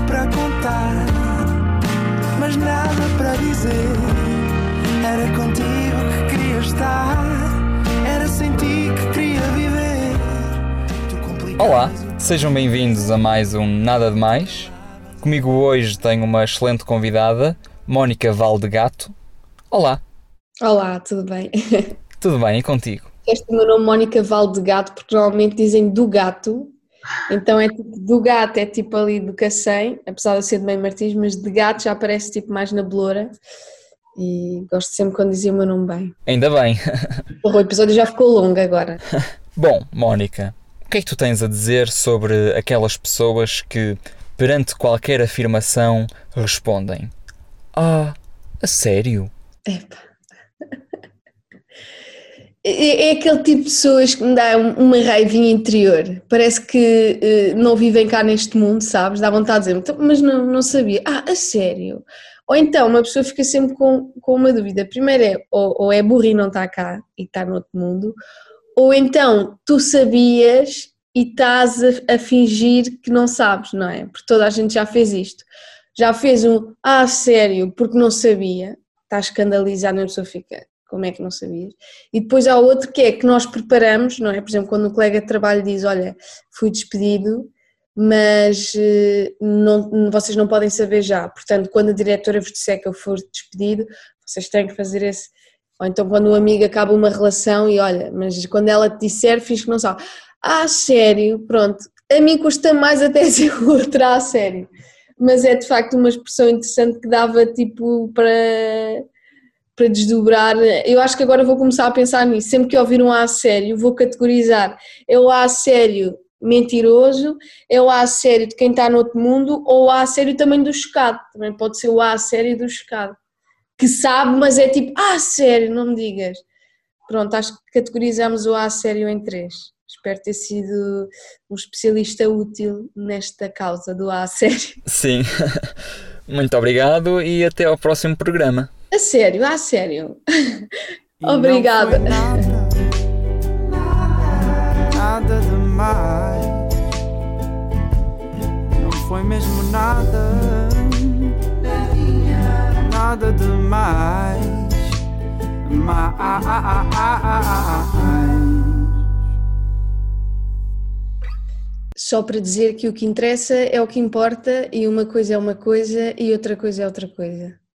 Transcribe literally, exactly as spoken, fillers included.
para contar, mas nada para dizer. Era contigo que queria estar, era sem ti que queria viver. Olá, sejam bem-vindos a mais um Nada de Mais. Comigo hoje tenho uma excelente convidada, Mónica Valdegato. Olá. Olá, tudo bem? Tudo bem, e contigo? Este é o meu nome Mónica Valdegato, porque normalmente dizem do gato, então é tipo do gato, é tipo ali do Cacém, apesar de eu ser de Mãe Martins, mas de gato já aparece tipo mais na Beloura e gosto sempre quando dizia o meu nome bem. Ainda bem. O episódio já ficou longo agora. Bom, Mónica, o que é que tu tens a dizer sobre aquelas pessoas que, perante qualquer afirmação, respondem: Ah, a sério? Epa. É, é aquele tipo de pessoas que me dá uma raivinha interior, parece que uh, não vivem cá neste mundo, sabes? Dá vontade de dizer, mas não, não sabia. Ah, a sério? Ou então uma pessoa fica sempre com, com uma dúvida, primeiro é, ou, ou é burra e não está cá e está no outro mundo, ou então tu sabias e estás a, a fingir que não sabes, não é? Porque toda a gente já fez isto, já fez um, ah, sério, porque não sabia, está escandalizado, a pessoa fica... Como é que não sabias? E depois há outro que é que nós preparamos, não é? Por exemplo, quando um colega de trabalho diz, olha, fui despedido, mas não, vocês não podem saber já, portanto, quando a diretora vos disser que eu for despedido, vocês têm que fazer esse... Ou então quando um amigo acaba uma relação e olha, mas quando ela te disser, fiz que não sabe. Ah, sério? Pronto. A mim custa mais até ser outra a sério. Mas é de facto uma expressão interessante que dava tipo para... para desdobrar. Eu acho que agora vou começar a pensar nisso, sempre que ouvir um A a sério vou categorizar, é o A a sério mentiroso, é o A a sério de quem está no outro mundo ou o A a sério também do chocado, também pode ser o A a sério do chocado, que sabe mas é tipo, ah sério, não me digas. Pronto, acho que categorizamos o A a sério em três, espero ter sido um especialista útil nesta causa do A a sério. Sim, muito obrigado e até ao próximo programa. A sério, a sério. Obrigada. Nada, nada demais. Não foi mesmo nada, nada demais. Mais. Só para dizer que o que interessa é o que importa e uma coisa é uma coisa e outra coisa é outra coisa.